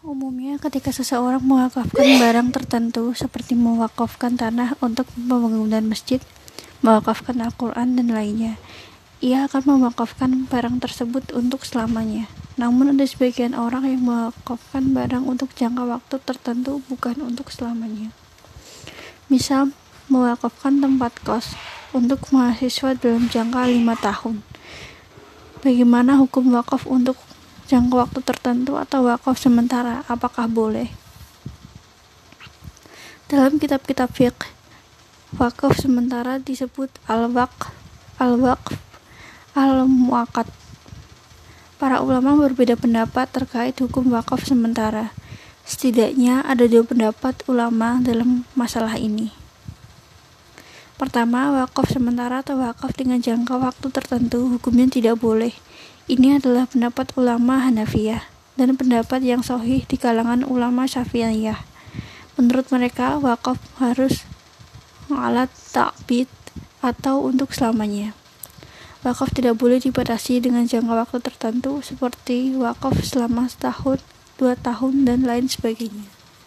Umumnya ketika seseorang mewakafkan barang tertentu seperti mewakafkan tanah untuk pembangunan masjid, mewakafkan Al-Quran dan lainnya, ia akan mewakafkan barang tersebut untuk selamanya. Namun ada sebagian orang yang mewakafkan barang untuk jangka waktu tertentu bukan untuk selamanya. Misal, mewakafkan tempat kos untuk mahasiswa dalam jangka 5 tahun. Bagaimana hukum wakaf untuk jangka waktu tertentu atau wakaf sementara? Apakah boleh? Dalam kitab-kitab fiqh, wakaf sementara disebut al-waqf, al-muaqqat. Para ulama berbeda pendapat terkait hukum wakaf sementara. Setidaknya ada 2 pendapat ulama dalam masalah ini. Pertama, wakaf sementara atau wakaf dengan jangka waktu tertentu hukumnya tidak boleh. Ini adalah pendapat ulama Hanafiyah dan pendapat yang sahih di kalangan ulama Syafi'iyah. Menurut mereka, wakaf harus alat ta'bid atau untuk selamanya. Wakaf tidak boleh dibatasi dengan jangka waktu tertentu seperti wakaf selama 1 tahun, 2 tahun, dan lain sebagainya.